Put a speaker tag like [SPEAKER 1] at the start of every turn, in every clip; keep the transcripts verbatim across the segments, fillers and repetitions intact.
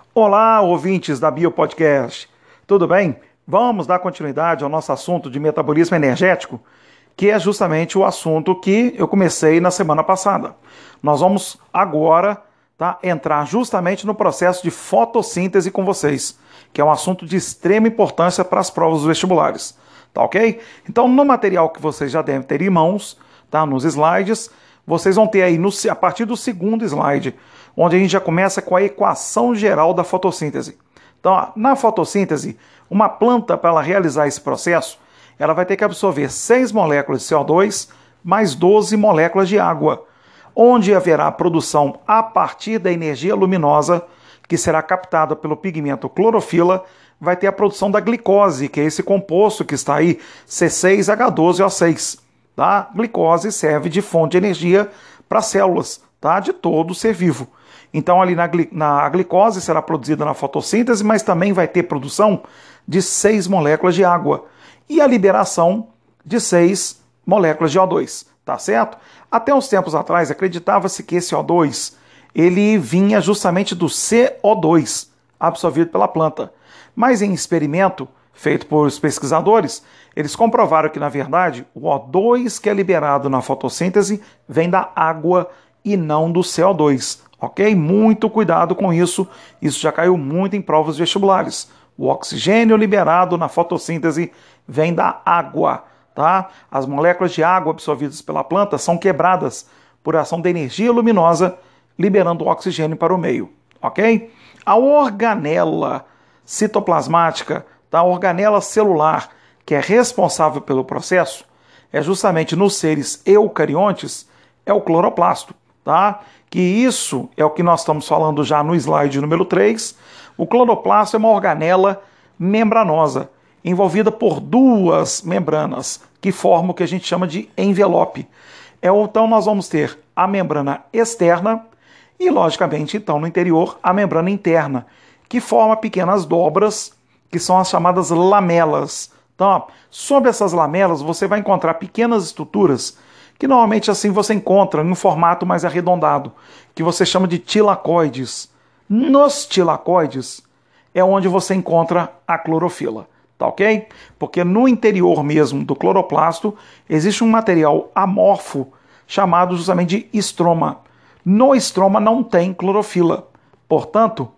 [SPEAKER 1] Olá, ouvintes da Biopodcast. Tudo bem? Vamos dar continuidade ao nosso assunto de metabolismo energético, que é justamente o assunto que eu comecei na semana passada. Nós vamos agora tá, entrar justamente no processo de fotossíntese com vocês, que é um assunto de extrema importância para as provas vestibulares. Tá ok? Então, no material que vocês já devem ter em mãos, tá, nos slides, vocês vão ter aí, no, a partir do segundo slide, onde a gente já começa com a equação geral da fotossíntese. Então, ó, na fotossíntese, uma planta, para ela realizar esse processo, ela vai ter que absorver seis moléculas de C O dois mais doze moléculas de água, onde haverá produção a partir da energia luminosa, que será captada pelo pigmento clorofila, vai ter a produção da glicose, que é esse composto que está aí, C seis H doze O seis. Tá? Glicose serve de fonte de energia para as células, tá? De todo ser vivo. Então, ali na, na a glicose será produzida na fotossíntese, mas também vai ter produção de seis moléculas de água e a liberação de seis moléculas de O dois, tá certo? Até uns tempos atrás, acreditava-se que esse O dois ele vinha justamente do C O dois, absorvido pela planta. Mas em experimento feito por os pesquisadores, eles comprovaram que, na verdade, o O dois que é liberado na fotossíntese vem da água e não do C O dois. Ok? Muito cuidado com isso, isso já caiu muito em provas vestibulares. O oxigênio liberado na fotossíntese vem da água, tá? As moléculas de água absorvidas pela planta são quebradas por ação da energia luminosa, liberando o oxigênio para o meio, ok? A organela citoplasmática, tá? A organela celular, que é responsável pelo processo, é justamente nos seres eucariontes, é o cloroplasto, tá? Que isso é o que nós estamos falando já no slide número três. O cloroplasto é uma organela membranosa, envolvida por duas membranas, que formam o que a gente chama de envelope. Então nós vamos ter a membrana externa e, logicamente, então, no interior, a membrana interna, que forma pequenas dobras, que são as chamadas lamelas. Então, ó, sobre essas lamelas, você vai encontrar pequenas estruturas que normalmente assim você encontra em um formato mais arredondado, que você chama de tilacoides. Nos tilacoides é onde você encontra a clorofila, tá ok? Porque no interior mesmo do cloroplasto existe um material amorfo chamado justamente de estroma. No estroma não tem clorofila, portanto,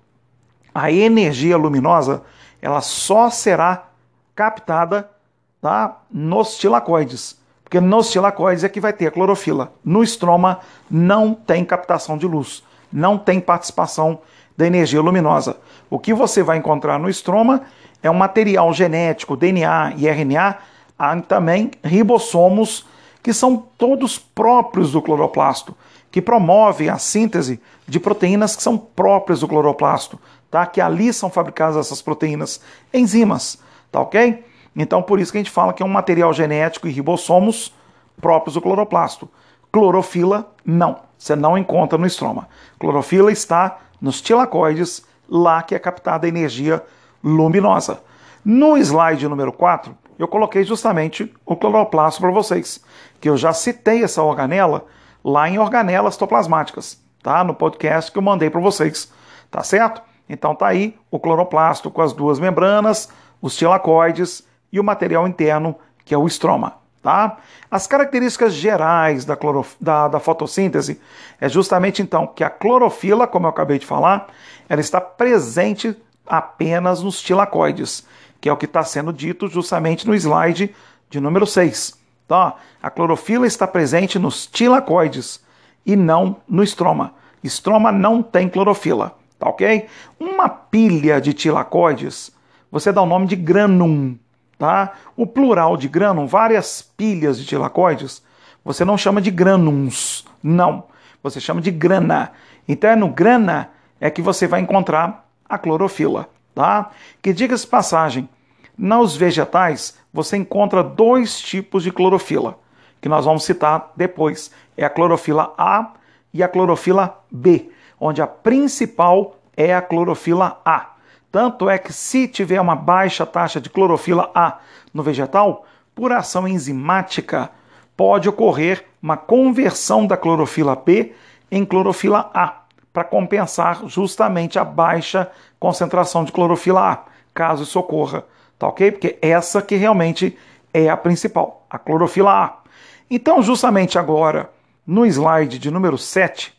[SPEAKER 1] a energia luminosa ela só será captada, tá, nos tilacoides. Porque nos tilacoides é que vai ter a clorofila. No estroma não tem captação de luz, não tem participação da energia luminosa. O que você vai encontrar no estroma é um material genético, D N A e R N A, há também ribossomos, que são todos próprios do cloroplasto, que promovem a síntese de proteínas que são próprias do cloroplasto, tá? Que ali são fabricadas essas proteínas, enzimas, tá ok? Então, por isso que a gente fala que é um material genético e ribossomos próprios do cloroplasto. Clorofila, não. Você não encontra no estroma. Clorofila está nos tilacoides, lá que é captada a energia luminosa. No slide número quatro, eu coloquei justamente o cloroplasto para vocês, que eu já citei essa organela lá em organelas citoplasmáticas, tá? No podcast que eu mandei para vocês, tá certo? Então tá aí o cloroplasto com as duas membranas, os tilacoides e o material interno, que é o estroma, tá? As características gerais da, clorof... da, da fotossíntese é justamente, então, que a clorofila, como eu acabei de falar, ela está presente apenas nos tilacoides, que é o que está sendo dito justamente no slide de número seis. Tá? A clorofila está presente nos tilacoides e não no estroma. Estroma não tem clorofila, tá ok? Uma pilha de tilacoides, você dá o nome de granum. Tá? O plural de granum, várias pilhas de tilacoides, você não chama de granuns, não. Você chama de grana. Então é no grana é que você vai encontrar a clorofila. Tá? Que diga-se de passagem, nos vegetais você encontra dois tipos de clorofila, que nós vamos citar depois. É a clorofila A e a clorofila B, onde a principal é a clorofila A. Tanto é que se tiver uma baixa taxa de clorofila A no vegetal, por ação enzimática, pode ocorrer uma conversão da clorofila B em clorofila A. para compensar justamente a baixa concentração de clorofila A, caso isso ocorra, tá ok? Porque essa que realmente é a principal, a clorofila A. Então, justamente agora, no slide de número sete,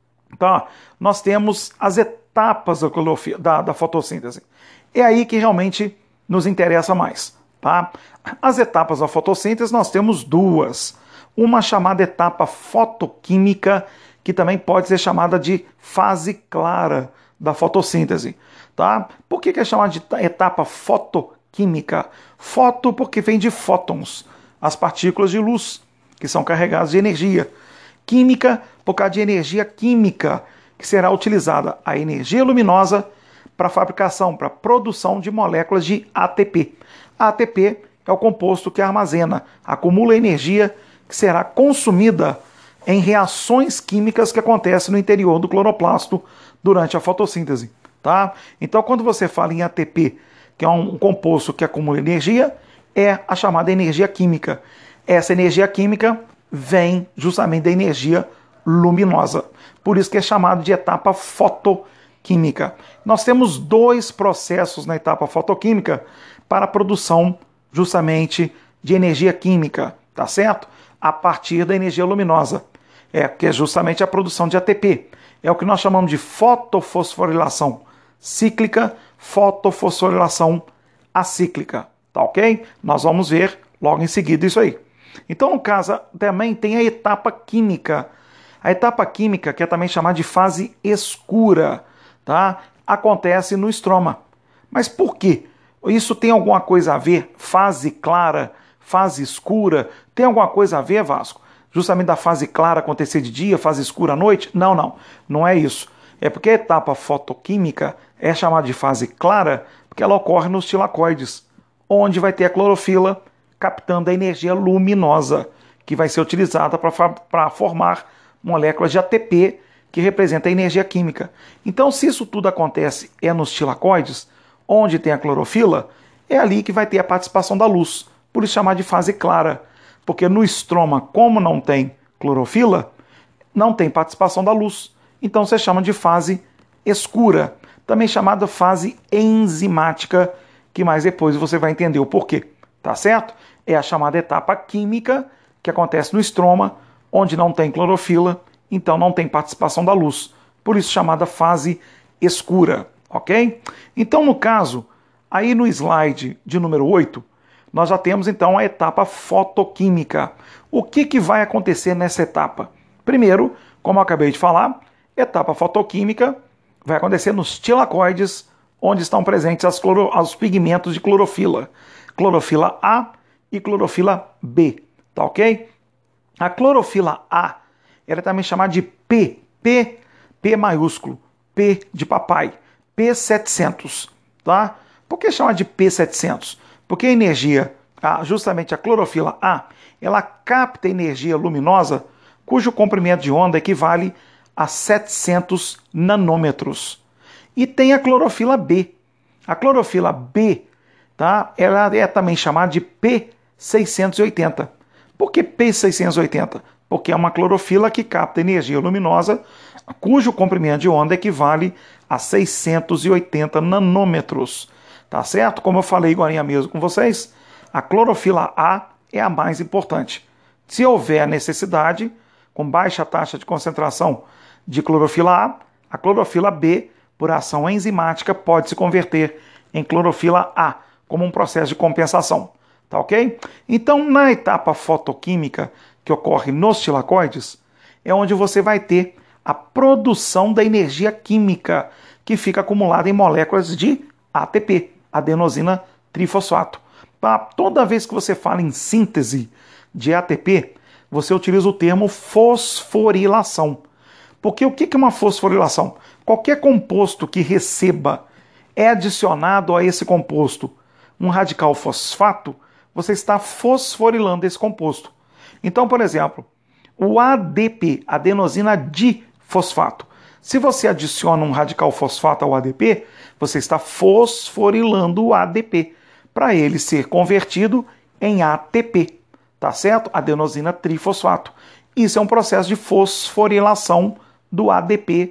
[SPEAKER 1] tá, nós temos as etapas da, clorofila, da, da fotossíntese. É aí que realmente nos interessa mais, tá? As etapas da fotossíntese nós temos duas. Uma chamada etapa fotoquímica, que também pode ser chamada de fase clara da fotossíntese, tá? Por que que é chamada de etapa fotoquímica? Foto porque vem de fótons, as partículas de luz, que são carregadas de energia. Química, por causa de energia química, que será utilizada a energia luminosa para a fabricação, para a produção de moléculas de A T P. A A T P é o composto que armazena, acumula energia que será consumida em reações químicas que acontecem no interior do cloroplasto durante a fotossíntese, tá? Então, quando você fala em A T P, que é um composto que acumula energia, é a chamada energia química. Essa energia química vem justamente da energia luminosa. Por isso que é chamado de etapa fotoquímica. Nós temos dois processos na etapa fotoquímica para a produção justamente de energia química, tá certo? A partir da energia luminosa. É, que é justamente a produção de A T P. É o que nós chamamos de fotofosforilação cíclica, fotofosforilação acíclica, tá ok? Nós vamos ver logo em seguida isso aí. Então, no caso, também tem a etapa química. A etapa química, que é também chamada de fase escura, tá? Acontece no estroma. Mas por quê? Isso tem alguma coisa a ver? Fase clara, fase escura, tem alguma coisa a ver, Vasco? Justamente da fase clara acontecer de dia, fase escura à noite? Não, não, não é isso. É porque a etapa fotoquímica é chamada de fase clara porque ela ocorre nos tilacoides, onde vai ter a clorofila captando a energia luminosa, que vai ser utilizada para formar moléculas de A T P, que representa a energia química. Então, se isso tudo acontece é nos tilacoides, onde tem a clorofila, é ali que vai ter a participação da luz, por isso chamar de fase clara. Porque no estroma, como não tem clorofila, não tem participação da luz. Então você chama de fase escura, também chamada fase enzimática, que mais depois você vai entender o porquê, tá certo? É a chamada etapa química, que acontece no estroma, onde não tem clorofila, então não tem participação da luz. Por isso chamada fase escura, ok? Então, no caso, aí no slide de número oito, nós já temos então a etapa fotoquímica. O que, que vai acontecer nessa etapa? Primeiro, como eu acabei de falar, etapa fotoquímica vai acontecer nos tilacoides, onde estão presentes as cloro, os pigmentos de clorofila. Clorofila A e clorofila B, tá ok? A clorofila A, ela é também chamada de P, P, P maiúsculo, P de papai, P setecentos, tá? Por que chamar de P setecentos? Porque a energia, justamente a clorofila A, ela capta energia luminosa cujo comprimento de onda equivale a setecentos nanômetros. E tem a clorofila B. A clorofila B, tá? Ela é também chamada de P seiscentos e oitenta. Por que P seiscentos e oitenta? Porque é uma clorofila que capta energia luminosa cujo comprimento de onda equivale a seiscentos e oitenta nanômetros. Tá certo? Como eu falei agora mesmo com vocês, a clorofila A é a mais importante. Se houver necessidade, com baixa taxa de concentração de clorofila A, a clorofila B, por ação enzimática, pode se converter em clorofila A, como um processo de compensação. Tá ok? Então, na etapa fotoquímica, que ocorre nos tilacoides, é onde você vai ter a produção da energia química, que fica acumulada em moléculas de A T P, adenosina trifosfato. Toda vez que você fala em síntese de A T P, você utiliza o termo fosforilação. Porque o que é uma fosforilação? Qualquer composto que receba é adicionado a esse composto um radical fosfato, você está fosforilando esse composto. Então, por exemplo, o A D P, adenosina difosfato. Se você adiciona um radical fosfato ao A D P, você está fosforilando o A D P, para ele ser convertido em A T P, tá certo? Adenosina trifosfato. Isso é um processo de fosforilação do A D P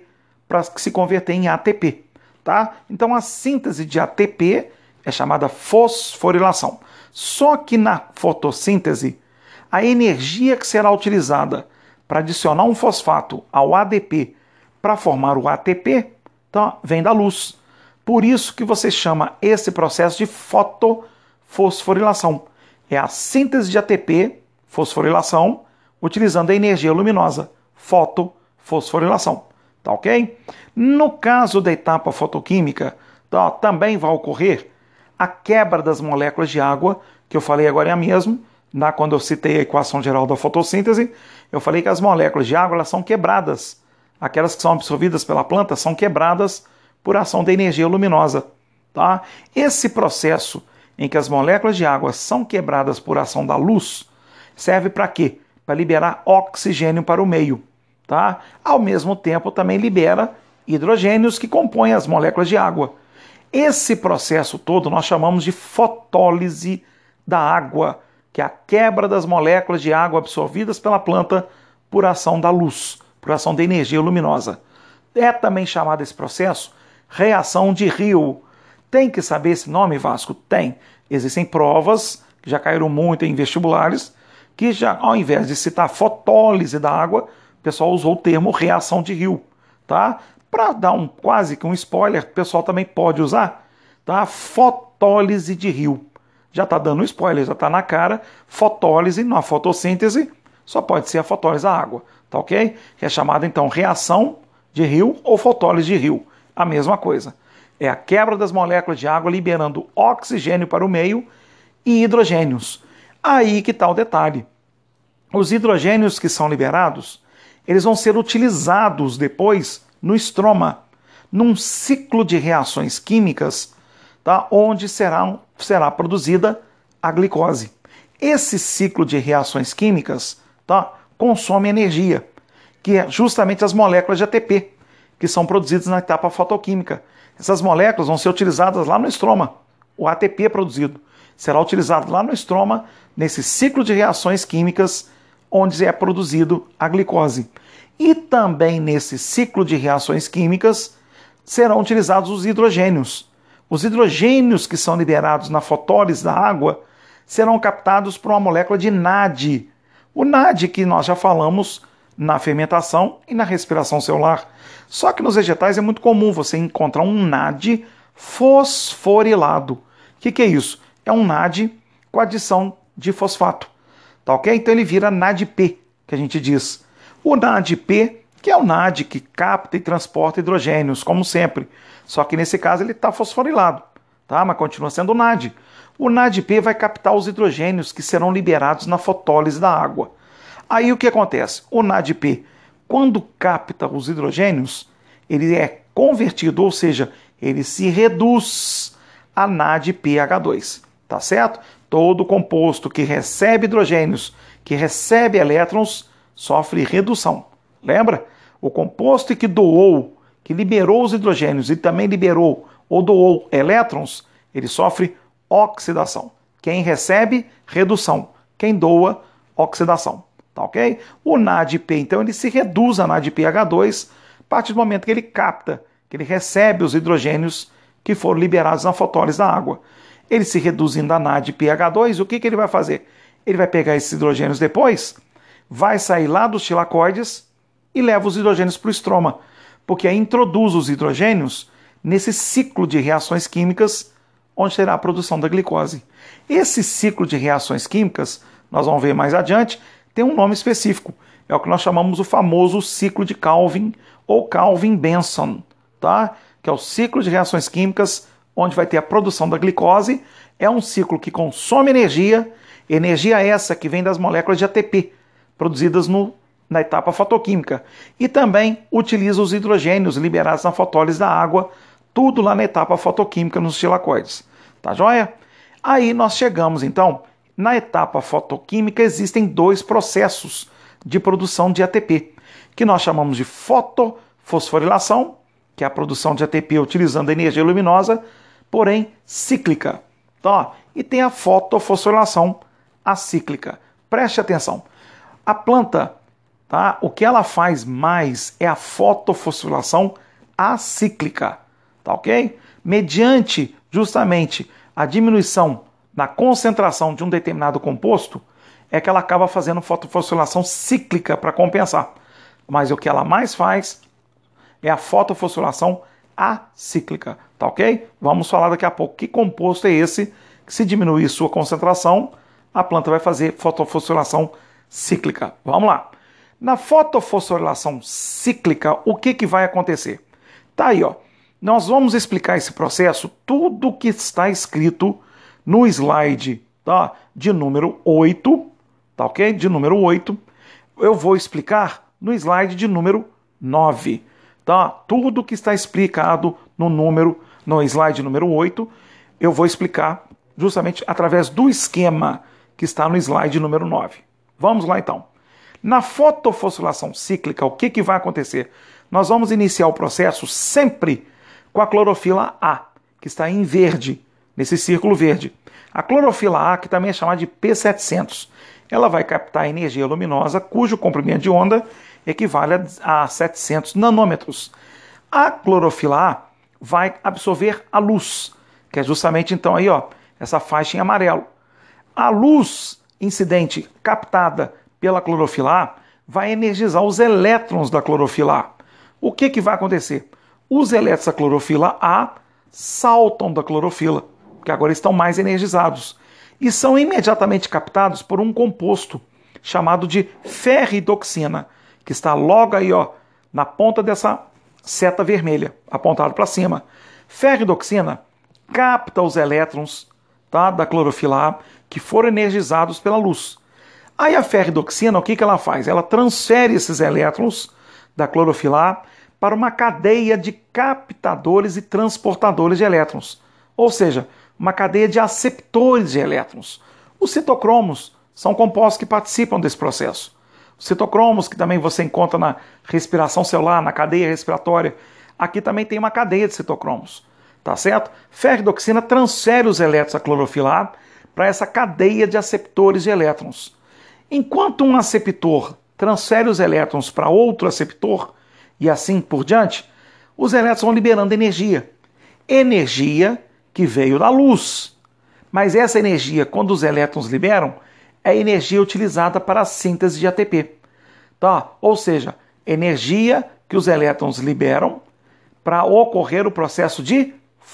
[SPEAKER 1] para se converter em A T P. Tá? Então a síntese de A T P é chamada fosforilação. Só que na fotossíntese, a energia que será utilizada para adicionar um fosfato ao A D P para formar o A T P, então, vem da luz. Por isso que você chama esse processo de fotofosforilação. É a síntese de A T P, fosforilação, utilizando a energia luminosa, fotofosforilação. Tá ok? No caso da etapa fotoquímica, tá, também vai ocorrer a quebra das moléculas de água, que eu falei agora mesmo, na, quando eu citei a equação geral da fotossíntese, eu falei que as moléculas de água elas são quebradas. Aquelas que são absorvidas pela planta são quebradas por ação da energia luminosa. Tá? Esse processo em que as moléculas de água são quebradas por ação da luz serve para quê? Para liberar oxigênio para o meio. Tá? Ao mesmo tempo também libera hidrogênios que compõem as moléculas de água. Esse processo todo nós chamamos de fotólise da água, que é a quebra das moléculas de água absorvidas pela planta por ação da luz, por ação da energia luminosa. É também chamado esse processo reação de Rio. Tem que saber esse nome, Vasco? Tem. Existem provas, que já caíram muito em vestibulares, que já, ao invés de citar fotólise da água, o pessoal usou o termo reação de Rio, tá? Para dar um quase que um spoiler, o pessoal também pode usar, tá? Fotólise de Rio. Já está dando um spoiler, já está na cara. Fotólise, na fotossíntese, só pode ser a fotólise da água, tá ok? Que é chamada então reação de Rio ou fotólise de Rio. A mesma coisa. É a quebra das moléculas de água liberando oxigênio para o meio e hidrogênios. Aí que está o detalhe. Os hidrogênios que são liberados, eles vão ser utilizados depois no estroma, num ciclo de reações químicas, tá? Onde será, será produzida a glicose. Esse ciclo de reações químicas, tá? Consome energia, que é justamente as moléculas de A T P, que são produzidas na etapa fotoquímica. Essas moléculas vão ser utilizadas lá no estroma. O A T P produzido será utilizado lá no estroma, nesse ciclo de reações químicas, onde é produzido a glicose. E também nesse ciclo de reações químicas serão utilizados os hidrogênios. Os hidrogênios que são liberados na fotólise da água serão captados por uma molécula de N A D. O N A D que nós já falamos na fermentação e na respiração celular. Só que nos vegetais é muito comum você encontrar um N A D fosforilado. O que, que é isso? É um N A D com adição de fosfato. Tá ok? Então ele vira N A D P, que a gente diz. O N A D P, que é o N A D que capta e transporta hidrogênios, como sempre. Só que nesse caso ele está fosforilado, tá? Mas continua sendo o N A D. O N A D P vai captar os hidrogênios que serão liberados na fotólise da água. Aí o que acontece? O N A D P, quando capta os hidrogênios, ele é convertido, ou seja, ele se reduz a N A D P H dois, tá certo? Todo composto que recebe hidrogênios, que recebe elétrons, sofre redução. Lembra? O composto que doou, que liberou os hidrogênios e também liberou ou doou elétrons, ele sofre oxidação. Quem recebe, redução. Quem doa, oxidação. Tá ok? O N A D P, então, ele se reduz a N A D P H dois a partir do momento que ele capta, que ele recebe os hidrogênios que foram liberados na fotólise da água. Ele se reduzindo a N A D P H dois, o que, que ele vai fazer? Ele vai pegar esses hidrogênios depois, vai sair lá dos tilacoides e leva os hidrogênios para o estroma, porque aí introduz os hidrogênios nesse ciclo de reações químicas onde terá a produção da glicose. Esse ciclo de reações químicas, nós vamos ver mais adiante, tem um nome específico. É o que nós chamamos o famoso ciclo de Calvin ou Calvin-Benson, tá? Que é o ciclo de reações químicas onde vai ter a produção da glicose. É um ciclo que consome energia, energia essa que vem das moléculas de A T P, produzidas no, na etapa fotoquímica. E também utiliza os hidrogênios liberados na fotólise da água, tudo lá na etapa fotoquímica nos tilacoides. Tá joia? Aí nós chegamos, então, na etapa fotoquímica existem dois processos de produção de A T P, que nós chamamos de fotofosforilação, que é a produção de A T P utilizando a energia luminosa, porém cíclica. Tá? E tem a fotofosforilação acíclica. Preste atenção. A planta, tá? O que ela faz mais é a fotofosforilação acíclica, tá ok? Mediante justamente a diminuição na concentração de um determinado composto, é que ela acaba fazendo fotofosforilação cíclica para compensar. Mas o que ela mais faz é a fotofosforilação acíclica, tá ok? Vamos falar daqui a pouco que composto é esse que, se diminuir sua concentração, a planta vai fazer fotofosforilação cíclica. Vamos lá. Na fotofosforilação cíclica, o que, que vai acontecer? Tá aí, ó. Nós vamos explicar esse processo, tudo que está escrito no slide, tá, de número oito, tá ok? De número oito, eu vou explicar no slide de número nove, tá? Tudo que está explicado no número, no slide número oito, eu vou explicar justamente através do esquema que está no slide número nove. Vamos lá então. Na fotofosforilação cíclica, o que, que vai acontecer? Nós vamos iniciar o processo sempre com a clorofila A, que está em verde, nesse círculo verde. A clorofila A, que também é chamada de P setecentos, ela vai captar energia luminosa cujo comprimento de onda equivale a setecentos nanômetros. A clorofila A vai absorver a luz, que é justamente então aí, ó, essa faixa em amarelo. A luz incidente captada pela clorofila A vai energizar os elétrons da clorofila A. O que, que vai acontecer? Os elétrons da clorofila A saltam da clorofila, porque agora estão mais energizados, e são imediatamente captados por um composto chamado de ferridoxina, que está logo aí, ó, na ponta dessa seta vermelha, apontado para cima. Ferridoxina capta os elétrons, tá, da clorofila A que foram energizados pela luz. Aí a ferridoxina, o que, que ela faz? Ela transfere esses elétrons da clorofila A para uma cadeia de captadores e transportadores de elétrons, ou seja, uma cadeia de aceptores de elétrons. Os citocromos são compostos que participam desse processo. Os citocromos, que também você encontra na respiração celular, na cadeia respiratória, aqui também tem uma cadeia de citocromos, tá certo? Ferridoxina transfere os elétrons da clorofila A para essa cadeia de aceptores de elétrons. Enquanto um aceptor transfere os elétrons para outro aceptor, e assim por diante, os elétrons vão liberando energia. Energia que veio da luz. Mas essa energia, quando os elétrons liberam, é energia utilizada para a síntese de A T P. Tá? Ou seja, energia que os elétrons liberam para ocorrer o processo de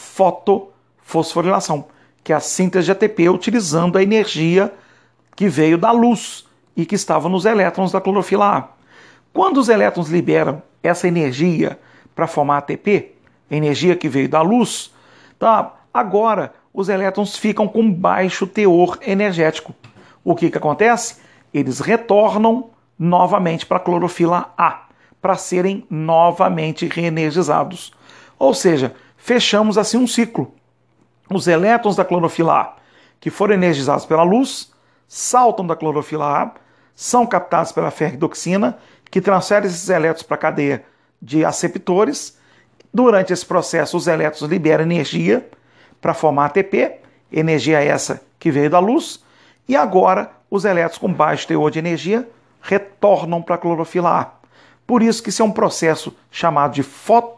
[SPEAKER 1] fotofosforilação, que é a síntese de A T P utilizando a energia que veio da luz e que estava nos elétrons da clorofila A. Quando os elétrons liberam essa energia para formar A T P, energia que veio da luz, tá? Agora os elétrons ficam com baixo teor energético. O que, que acontece? Eles retornam novamente para a clorofila A, para serem novamente reenergizados. Ou seja, fechamos assim um ciclo. Os elétrons da clorofila A, que foram energizados pela luz, saltam da clorofila A, são captados pela ferridoxina, que transfere esses elétrons para a cadeia de aceptores. Durante esse processo, os elétrons liberam energia para formar A T P, energia essa que veio da luz, e agora os elétrons com baixo teor de energia retornam para a clorofila A. Por isso que isso é um processo chamado de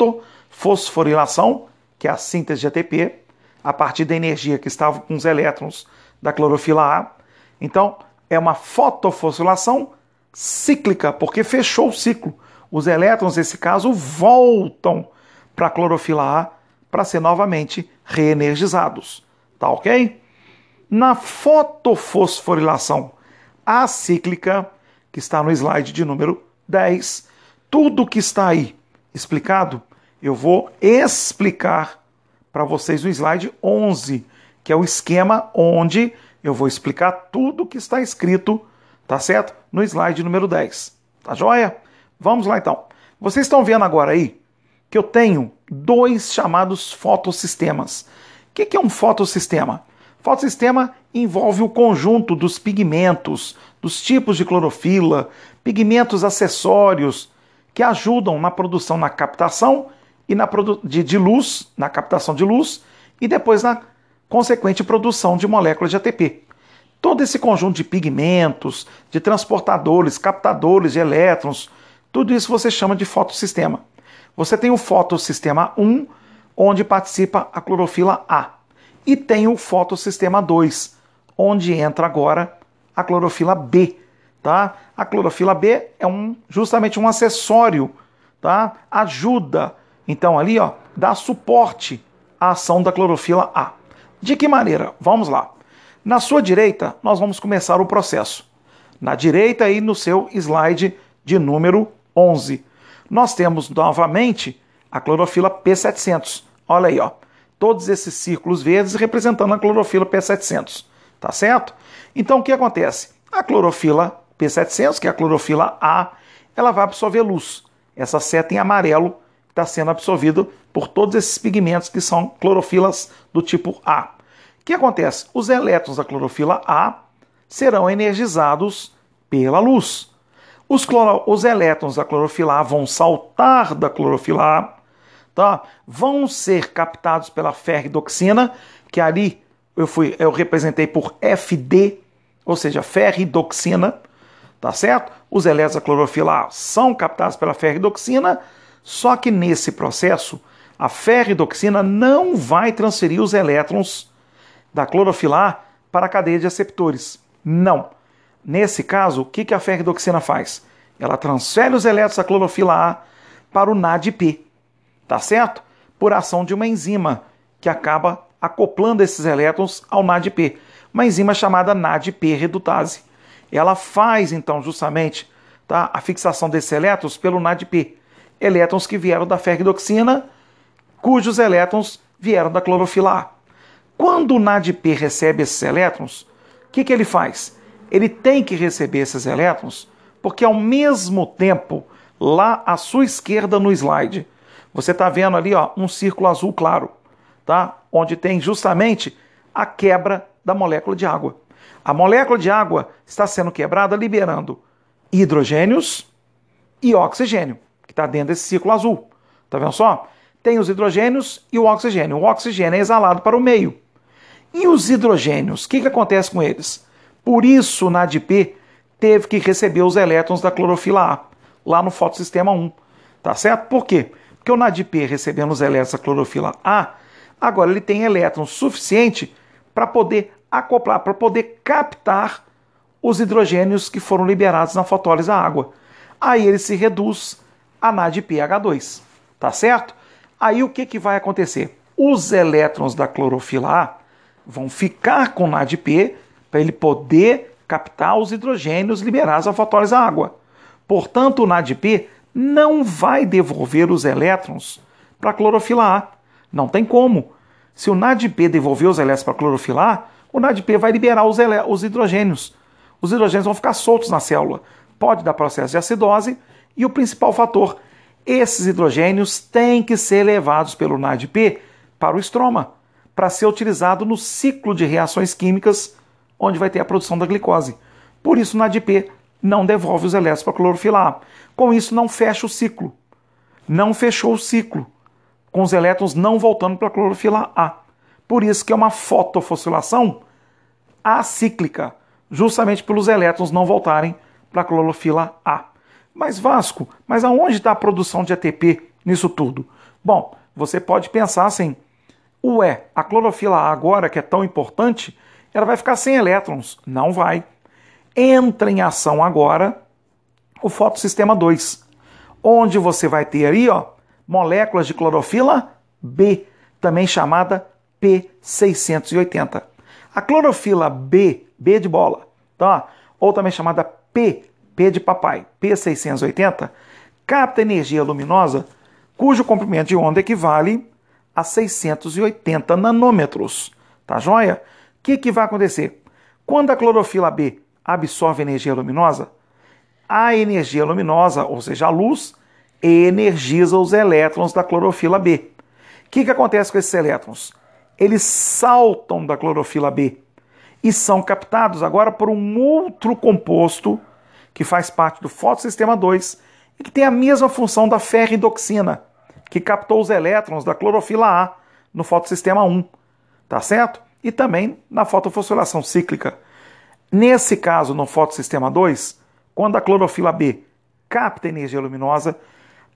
[SPEAKER 1] fotofosforilação, que é a síntese de A T P, a partir da energia que estava com os elétrons da clorofila A. Então, é uma fotofosforilação cíclica, porque fechou o ciclo. Os elétrons, nesse caso, voltam para a clorofila A para ser novamente reenergizados. Tá ok? Na fotofosforilação acíclica, que está no slide de número dez, tudo que está aí explicado, eu vou explicar para vocês no slide onze, que é o esquema onde eu vou explicar tudo que está escrito, tá certo? No slide número dez. Tá joia? Vamos lá então. Vocês estão vendo agora aí que eu tenho dois chamados fotossistemas. O que é um fotossistema? Fotossistema envolve o conjunto dos pigmentos, dos tipos de clorofila, pigmentos acessórios que ajudam na produção, na captação e na produ de, de luz, na captação de luz e depois na consequente produção de moléculas de A T P. Todo esse conjunto de pigmentos, de transportadores, captadores de elétrons, tudo isso você chama de fotossistema. Você tem o fotossistema um, onde participa a clorofila A. E tem o fotossistema dois, onde entra agora a clorofila B. Tá? A clorofila B é um, justamente um acessório, tá? Ajuda, então ali, ó, dá suporte à ação da clorofila A. De que maneira? Vamos lá. Na sua direita, nós vamos começar o processo. Na direita aí no seu slide de número onze. Nós temos novamente a clorofila P setecentos. Olha aí, ó. Todos esses círculos verdes representando a clorofila P setecentos. Tá certo? Então o que acontece? A clorofila P setecentos, que é a clorofila A, ela vai absorver luz. Essa seta em amarelo está sendo absorvida por todos esses pigmentos que são clorofilas do tipo A. O que acontece? Os elétrons da clorofila A serão energizados pela luz. Os, cloro... Os elétrons da clorofila A vão saltar da clorofila A, tá? Vão ser captados pela ferridoxina, que ali eu, fui... eu representei por F D, ou seja, ferridoxina, tá certo? Os elétrons da clorofila A são captados pela ferridoxina, só que nesse processo a ferridoxina não vai transferir os elétrons da clorofila A para a cadeia de receptores. Não. Nesse caso, o que a ferridoxina faz? Ela transfere os elétrons da clorofila A para o N A D P, tá certo? Por ação de uma enzima que acaba acoplando esses elétrons ao N A D P. Uma enzima chamada N A D P redutase. Ela faz, então, justamente, tá, a fixação desses elétrons pelo N A D P. Elétrons que vieram da ferridoxina, cujos elétrons vieram da clorofila A. Quando o N A D P recebe esses elétrons, o que, que ele faz? Ele tem que receber esses elétrons, porque ao mesmo tempo, lá à sua esquerda no slide, você está vendo ali, ó, um círculo azul claro, tá? Onde tem justamente a quebra da molécula de água. A molécula de água está sendo quebrada liberando hidrogênios e oxigênio, que está dentro desse círculo azul. Tá vendo só? Tem os hidrogênios e o oxigênio. O oxigênio é exalado para o meio. E os hidrogênios, o que, que acontece com eles? Por isso o N A D P teve que receber os elétrons da clorofila A, lá no fotossistema um. Tá certo? Por quê? Porque o N A D P recebendo os elétrons da clorofila A, agora ele tem elétrons suficiente para poder acoplar, para poder captar os hidrogênios que foram liberados na fotólise da água. Aí ele se reduz a N A D P H dois. Tá certo? Aí o que, que vai acontecer? Os elétrons da clorofila A vão ficar com o N A D P para ele poder captar os hidrogênios liberados na fotólise da água. Portanto, o N A D P não vai devolver os elétrons para a clorofila A. Não tem como. Se o N A D P devolver os elétrons para a clorofila A, o N A D P vai liberar os, os hidrogênios. Os hidrogênios vão ficar soltos na célula. Pode dar processo de acidose e o principal fator, esses hidrogênios têm que ser levados pelo N A D P para o estroma, para ser utilizado no ciclo de reações químicas, onde vai ter a produção da glicose. Por isso o N A D P não devolve os elétrons para a clorofila A. Com isso não fecha o ciclo. Não fechou o ciclo, com os elétrons não voltando para a clorofila A. Por isso que é uma fotofosforilação acíclica, justamente pelos elétrons não voltarem para a clorofila A. Mas Vasco, mas aonde está a produção de A T P nisso tudo? Bom, você pode pensar assim, ué, a clorofila A agora, que é tão importante, ela vai ficar sem elétrons. Não vai. Entra em ação agora o fotossistema dois, onde você vai ter aí, ó, moléculas de clorofila B, também chamada P seiscentos e oitenta. A clorofila B, B de bola, tá? Ou também chamada P, P de papai, P seiscentos e oitenta, capta energia luminosa cujo comprimento de onda equivale a seiscentos e oitenta nanômetros. Tá joia? O que, que vai acontecer? Quando a clorofila B absorve energia luminosa, a energia luminosa, ou seja, a luz, energiza os elétrons da clorofila B. O que, que acontece com esses elétrons? Eles saltam da clorofila B e são captados agora por um outro composto que faz parte do fotossistema dois e que tem a mesma função da ferridoxina, que captou os elétrons da clorofila A no fotossistema um, tá certo? E também na fotofosforilação cíclica. Nesse caso, no fotossistema dois, quando a clorofila B capta energia luminosa,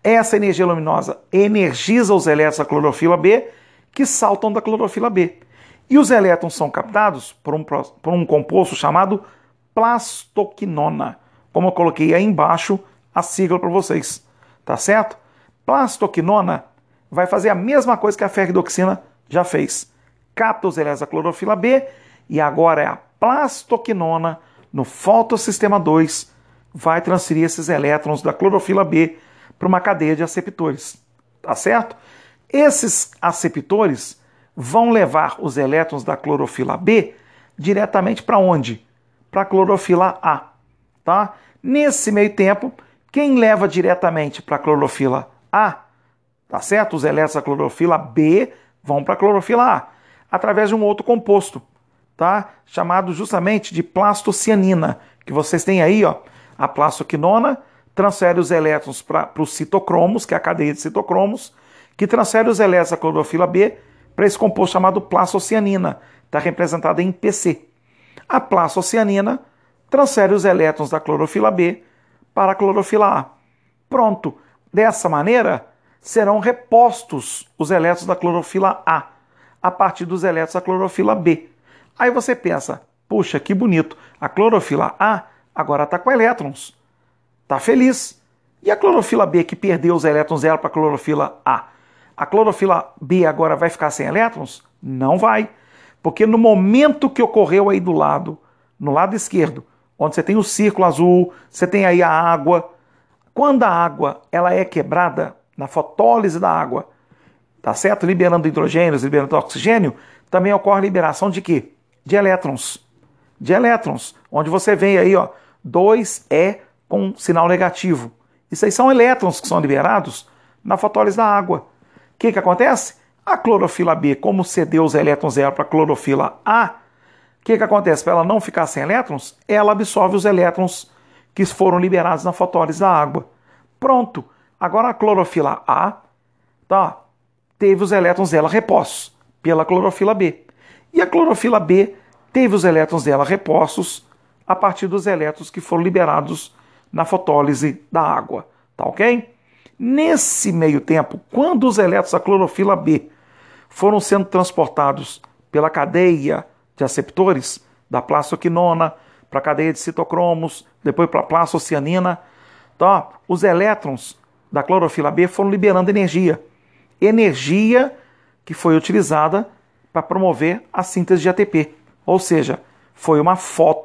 [SPEAKER 1] Essa energia luminosa energiza os elétrons da clorofila B, que saltam da clorofila B. E os elétrons são captados por um, por um composto chamado plastoquinona. Como eu coloquei aí embaixo a sigla para vocês. Tá certo? Plastoquinona vai fazer a mesma coisa que a ferridoxina já fez. Capta os elétrons da clorofila B e agora é a plastoquinona no fotossistema dois vai transferir esses elétrons da clorofila B para uma cadeia de aceptores. Tá certo? Esses aceptores vão levar os elétrons da clorofila B diretamente para onde? Para a clorofila A. Tá? Nesse meio tempo, quem leva diretamente para a clorofila A, tá certo? Os elétrons da clorofila B vão para a clorofila A, através de um outro composto, tá? Chamado justamente de plastocianina, que vocês têm aí, ó, a plastoquinona transfere os elétrons para os citocromos, que é a cadeia de citocromos, que transfere os elétrons da clorofila B para esse composto chamado plastocianina, está representado em P C. A plastocianina transfere os elétrons da clorofila B para a clorofila A. Pronto. Dessa maneira, serão repostos os elétrons da clorofila A a partir dos elétrons da clorofila B. Aí você pensa, puxa, que bonito, a clorofila A agora está com elétrons, está feliz. E a clorofila B que perdeu os elétrons dela para a clorofila A? A clorofila B agora vai ficar sem elétrons? Não vai, porque no momento que ocorreu aí do lado, no lado esquerdo, onde você tem o círculo azul, você tem aí a água. Quando a água ela é quebrada, na fotólise da água, tá certo? Liberando hidrogênios, liberando oxigênio, também ocorre liberação de quê? De elétrons. De elétrons, onde você vê aí, ó, dois E com sinal negativo. Isso aí são elétrons que são liberados na fotólise da água. O que que acontece? A clorofila B, como cedeu os elétrons dela para a clorofila A, o que que acontece? Para ela não ficar sem elétrons, ela absorve os elétrons que foram liberados na fotólise da água. Pronto. Agora a clorofila A, tá, teve os elétrons dela repostos pela clorofila B. E a clorofila B teve os elétrons dela repostos a partir dos elétrons que foram liberados na fotólise da água. Tá ok? Nesse meio tempo, quando os elétrons da clorofila B foram sendo transportados pela cadeia de aceptores, da plastoquinona para a cadeia de citocromos, depois para a plastocianina, tá? Os elétrons da clorofila B foram liberando energia. Energia que foi utilizada para promover a síntese de A T P. Ou seja, foi uma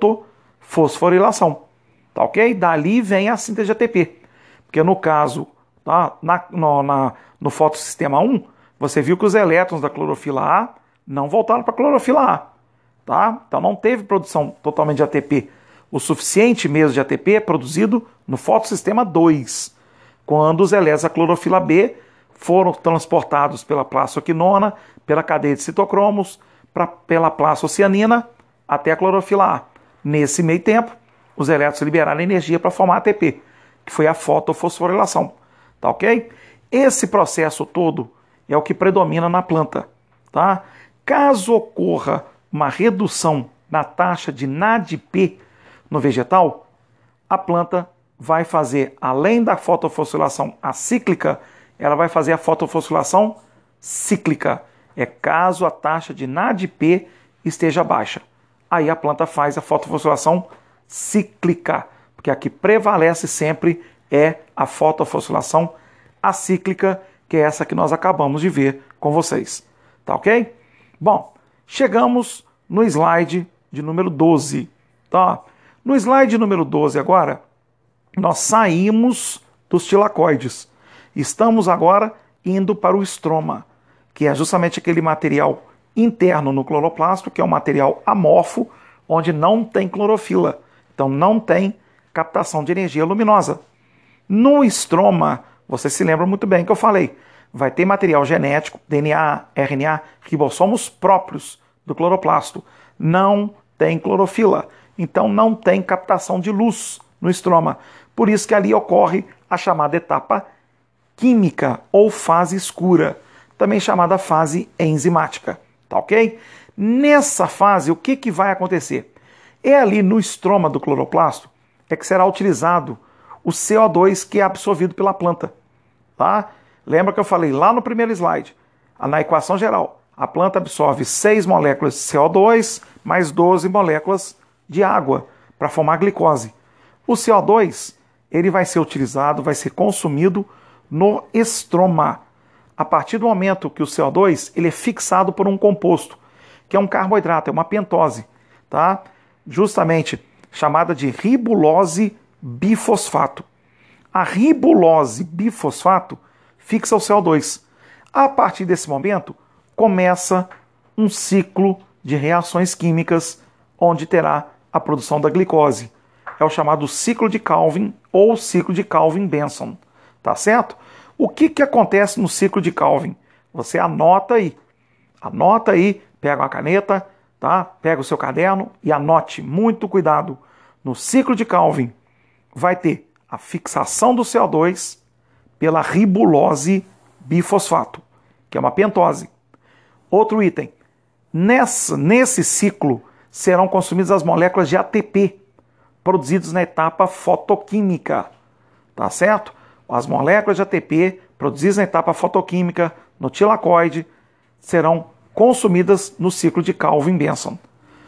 [SPEAKER 1] fotofosforilação. Tá ok? Dali vem a síntese de A T P. Porque no caso, tá, na, no, na, no fotossistema um, você viu que os elétrons da clorofila A não voltaram para a clorofila A. Tá? Então não teve produção totalmente de A T P. O suficiente mesmo de A T P é produzido no fotossistema dois, quando os elétrons da clorofila B foram transportados pela plastoquinona, pela cadeia de citocromos, pra, pela plastocianina até a clorofila A. Nesse meio tempo, os elétrons liberaram energia para formar A T P, que foi a fotofosforilação. Tá ok? Esse processo todo é o que predomina na planta. Tá? Caso ocorra uma redução na taxa de N A D P no vegetal, a planta vai fazer, além da fotofosforilação acíclica, ela vai fazer a fotofosforilação cíclica. É caso a taxa de N A D P esteja baixa. Aí a planta faz a fotofosforilação cíclica, porque a que prevalece sempre é a fotofosforilação acíclica, que é essa que nós acabamos de ver com vocês. Tá ok? Bom, chegamos no slide de número doze. Tá? No slide número doze agora, nós saímos dos tilacoides. Estamos agora indo para o estroma, que é justamente aquele material interno no cloroplasto, que é um material amorfo, onde não tem clorofila. Então não tem captação de energia luminosa. No estroma, você se lembra muito bem que eu falei, vai ter material genético, D N A, R N A, ribossomos próprios do cloroplasto. Não tem clorofila, então não tem captação de luz no estroma. Por isso que ali ocorre a chamada etapa química ou fase escura, também chamada fase enzimática. Tá ok? Nessa fase, o que, que vai acontecer? É ali no estroma do cloroplasto é que será utilizado o C O dois que é absorvido pela planta. tá? Lembra que eu falei lá no primeiro slide, na equação geral, a planta absorve seis moléculas de C O dois mais doze moléculas de água para formar glicose. O C O dois, ele vai ser utilizado, vai ser consumido no estroma. A partir do momento que o C O dois ele é fixado por um composto, que é um carboidrato, é uma pentose, tá? Justamente chamada de ribulose bifosfato. A ribulose bifosfato fixa o C O dois. A partir desse momento, começa um ciclo de reações químicas onde terá a produção da glicose. É o chamado ciclo de Calvin ou ciclo de Calvin-Benson, tá certo? O que, que acontece no ciclo de Calvin? Você anota aí, anota aí, pega uma caneta, tá? Pega o seu caderno e anote, muito cuidado. No ciclo de Calvin vai ter a fixação do C O dois pela ribulose bifosfato, que é uma pentose. Outro item, nessa, nesse ciclo serão consumidas as moléculas de A T P, produzidas na etapa fotoquímica, tá certo? As moléculas de A T P produzidas na etapa fotoquímica, no tilacoide, serão consumidas no ciclo de Calvin-Benson.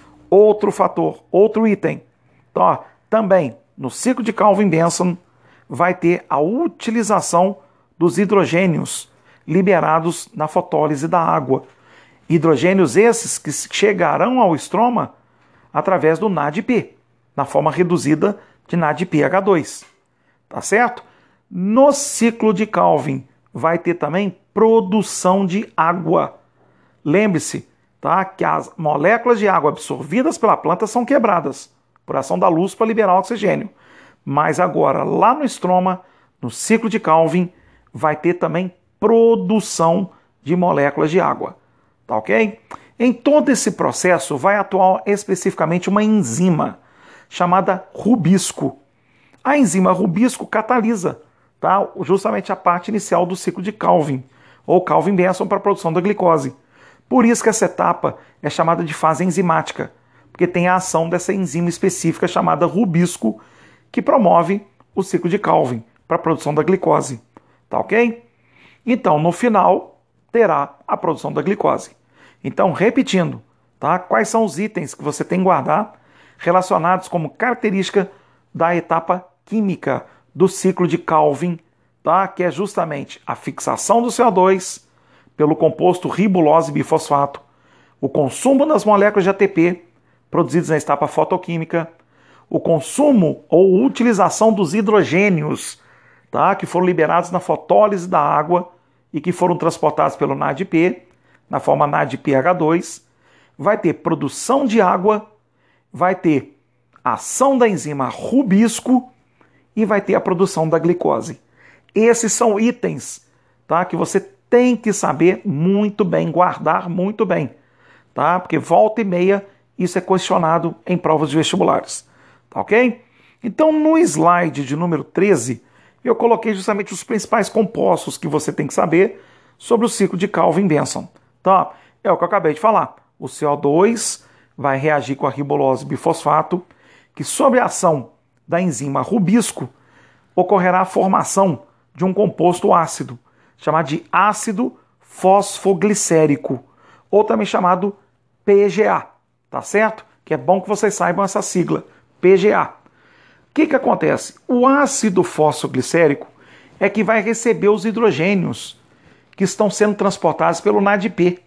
[SPEAKER 1] Outro fator, outro item, então, ó, também no ciclo de Calvin-Benson vai ter a utilização dos hidrogênios liberados na fotólise da água. Hidrogênios esses que chegarão ao estroma através do N A D P, na forma reduzida de N A D P H dois. Tá certo? No ciclo de Calvin vai ter também produção de água. Lembre-se, tá, que as moléculas de água absorvidas pela planta são quebradas por ação da luz para liberar oxigênio. Mas agora, lá no estroma, no ciclo de Calvin, vai ter também produção de moléculas de água. Tá ok? Em todo esse processo vai atuar especificamente uma enzima chamada rubisco. A enzima rubisco catalisa, tá, justamente a parte inicial do ciclo de Calvin, ou Calvin-Benson para a produção da glicose. Por isso que essa etapa é chamada de fase enzimática, porque tem a ação dessa enzima específica chamada rubisco, que promove o ciclo de Calvin para a produção da glicose. Tá ok? Então, no final, terá a produção da glicose. Então, repetindo, tá? Quais são os itens que você tem que guardar relacionados como característica da etapa química do ciclo de Calvin, tá? Que é justamente a fixação do C O dois pelo composto ribulose bifosfato, o consumo das moléculas de A T P produzidas na etapa fotoquímica, o consumo ou utilização dos hidrogênios, tá? Que foram liberados na fotólise da água e que foram transportados pelo N A D P, na forma N A D P H dois, vai ter produção de água, vai ter ação da enzima rubisco e vai ter a produção da glicose. Esses são itens, tá, que você tem que saber muito bem, guardar muito bem, tá? Porque volta e meia isso é questionado em provas de vestibulares, tá ok? Então no slide de número treze, eu coloquei justamente os principais compostos que você tem que saber sobre o ciclo de Calvin-Benson. Tá? É o que eu acabei de falar. O C O dois vai reagir com a ribulose bifosfato, que sob a ação da enzima rubisco, ocorrerá a formação de um composto ácido, chamado de ácido fosfoglicérico, ou também chamado P G A, tá certo? Que é bom que vocês saibam essa sigla, P G A. O que que acontece? O ácido fosfoglicérico é que vai receber os hidrogênios que estão sendo transportados pelo N A D P.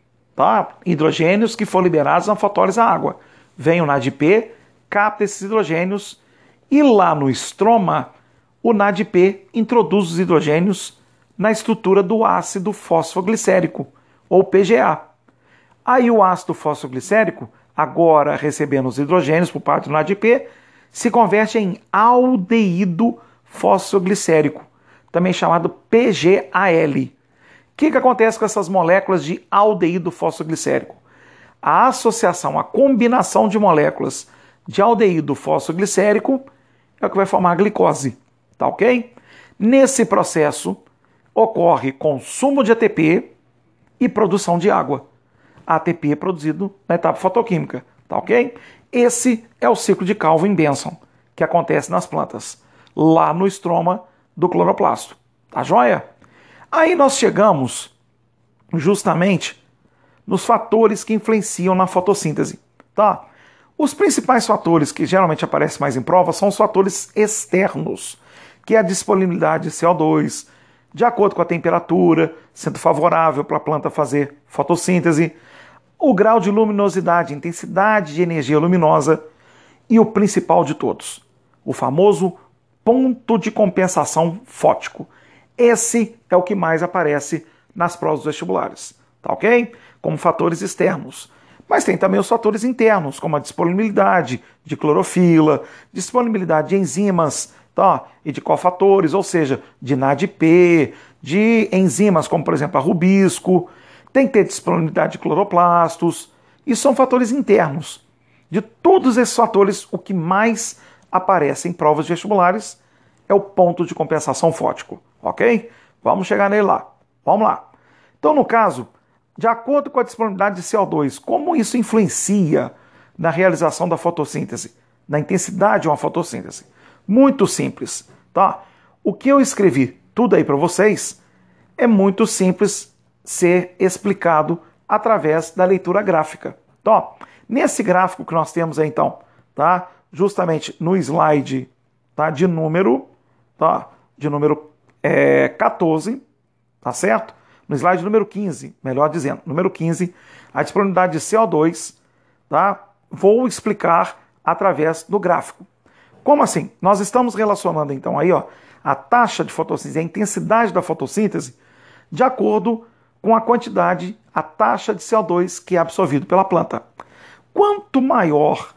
[SPEAKER 1] Tá? Hidrogênios que foram liberados na fotólise da água. Vem o N A D P, capta esses hidrogênios e lá no estroma, o N A D P introduz os hidrogênios na estrutura do ácido fosfoglicérico, ou P G A. Aí o ácido fosfoglicérico, agora recebendo os hidrogênios por parte do N A D P, se converte em aldeído fosfoglicérico, também chamado P G A L. O que, que acontece com essas moléculas de aldeído fosfoglicérico? A associação, a combinação de moléculas de aldeído fosfoglicérico é o que vai formar a glicose, tá ok? Nesse processo ocorre consumo de A T P e produção de água. A T P é produzido na etapa fotoquímica, tá ok? Esse é o ciclo de Calvin-Benson, que acontece nas plantas, lá no estroma do cloroplasto. Tá joia? Aí nós chegamos justamente nos fatores que influenciam na fotossíntese, tá? Os principais fatores que geralmente aparecem mais em prova são os fatores externos, que é a disponibilidade de C O dois, de acordo com a temperatura, sendo favorável para a planta fazer fotossíntese, o grau de luminosidade, intensidade de energia luminosa e o principal de todos, o famoso ponto de compensação fótico. Esse é o que mais aparece nas provas vestibulares, tá ok? Como fatores externos. Mas tem também os fatores internos, como a disponibilidade de clorofila, disponibilidade de enzimas, tá? E de cofatores, ou seja, de N A D P, de enzimas como, por exemplo, a rubisco, tem que ter disponibilidade de cloroplastos, e são fatores internos. De todos esses fatores, o que mais aparece em provas vestibulares é o ponto de compensação fótico, ok? Vamos chegar nele lá. Vamos lá. Então, no caso, de acordo com a disponibilidade de C O dois, como isso influencia na realização da fotossíntese, na intensidade de uma fotossíntese? Muito simples, tá? O que eu escrevi tudo aí para vocês é muito simples ser explicado através da leitura gráfica. Tá? Nesse gráfico que nós temos aí, então, tá? Justamente no slide, tá? De número, tá? De número é, quatorze, tá certo? No slide número quinze, melhor dizendo, número quinze, a disponibilidade de C O dois, tá? Vou explicar através do gráfico. Como assim? Nós estamos relacionando então aí, ó, a taxa de fotossíntese, a intensidade da fotossíntese, de acordo com a quantidade, a taxa de C O dois que é absorvido pela planta. Quanto maior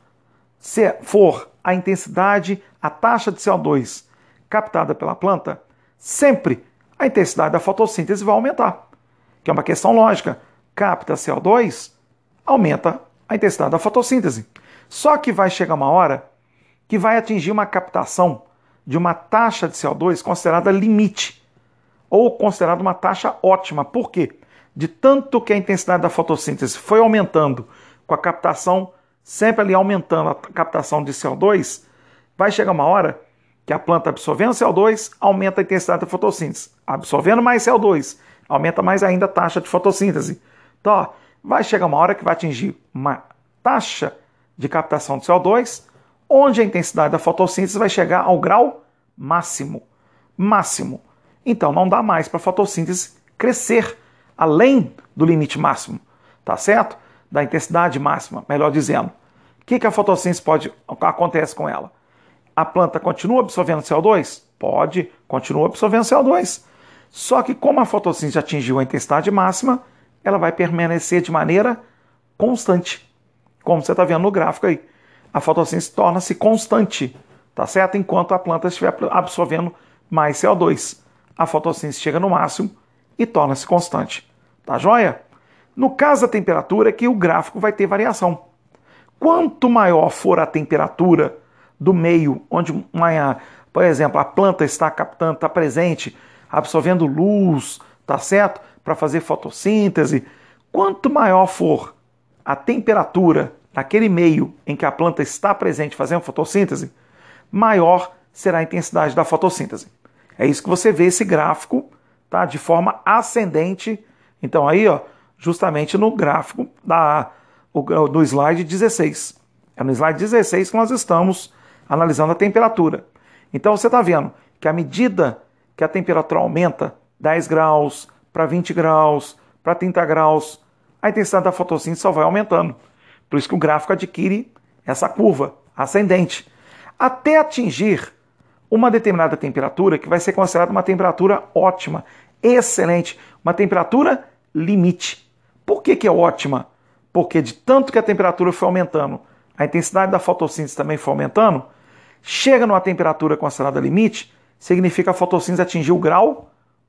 [SPEAKER 1] for a intensidade, a taxa de C O dois captada pela planta, sempre a intensidade da fotossíntese vai aumentar, que é uma questão lógica. Capta C O dois, aumenta a intensidade da fotossíntese. Só que vai chegar uma hora que vai atingir uma captação de uma taxa de C O dois considerada limite, ou considerada uma taxa ótima. Por quê? De tanto que a intensidade da fotossíntese foi aumentando, com a captação sempre ali aumentando a captação de C O dois, vai chegar uma hora que a planta absorvendo C O dois, aumenta a intensidade da fotossíntese. Absorvendo mais C O dois, aumenta mais ainda a taxa de fotossíntese. Então, ó, vai chegar uma hora que vai atingir uma taxa de captação de C O dois, onde a intensidade da fotossíntese vai chegar ao grau máximo. Máximo. Então, não dá mais para a fotossíntese crescer além do limite máximo, tá certo? Da intensidade máxima, melhor dizendo. O que, que a fotossíntese pode acontece com ela? A planta continua absorvendo C O dois? Pode, continua absorvendo C O dois. Só que como a fotossíntese atingiu a intensidade máxima, ela vai permanecer de maneira constante. Como você está vendo no gráfico aí. A fotossíntese torna-se constante, tá certo? Enquanto a planta estiver absorvendo mais C O dois. A fotossíntese chega no máximo e torna-se constante. Tá joia? No caso da temperatura é que o gráfico vai ter variação. Quanto maior for a temperatura do meio onde, uma, por exemplo, a planta está captando, está presente, absorvendo luz, tá certo? Para fazer fotossíntese. Quanto maior for a temperatura naquele meio em que a planta está presente fazendo fotossíntese, maior será a intensidade da fotossíntese. É isso que você vê esse gráfico, tá? De forma ascendente. Então aí, ó, justamente no gráfico da, do slide dezesseis. É no slide dezesseis que nós estamos analisando a temperatura. Então você está vendo que à medida que a temperatura aumenta dez graus para vinte graus, para trinta graus, a intensidade da fotossíntese só vai aumentando. Por isso que o gráfico adquire essa curva ascendente, até atingir uma determinada temperatura que vai ser considerada uma temperatura ótima, excelente, uma temperatura limite. Por que que é ótima? Porque de tanto que a temperatura foi aumentando, a intensidade da fotossíntese também foi aumentando, chega numa temperatura considerada limite, significa que a fotossíntese atingiu o grau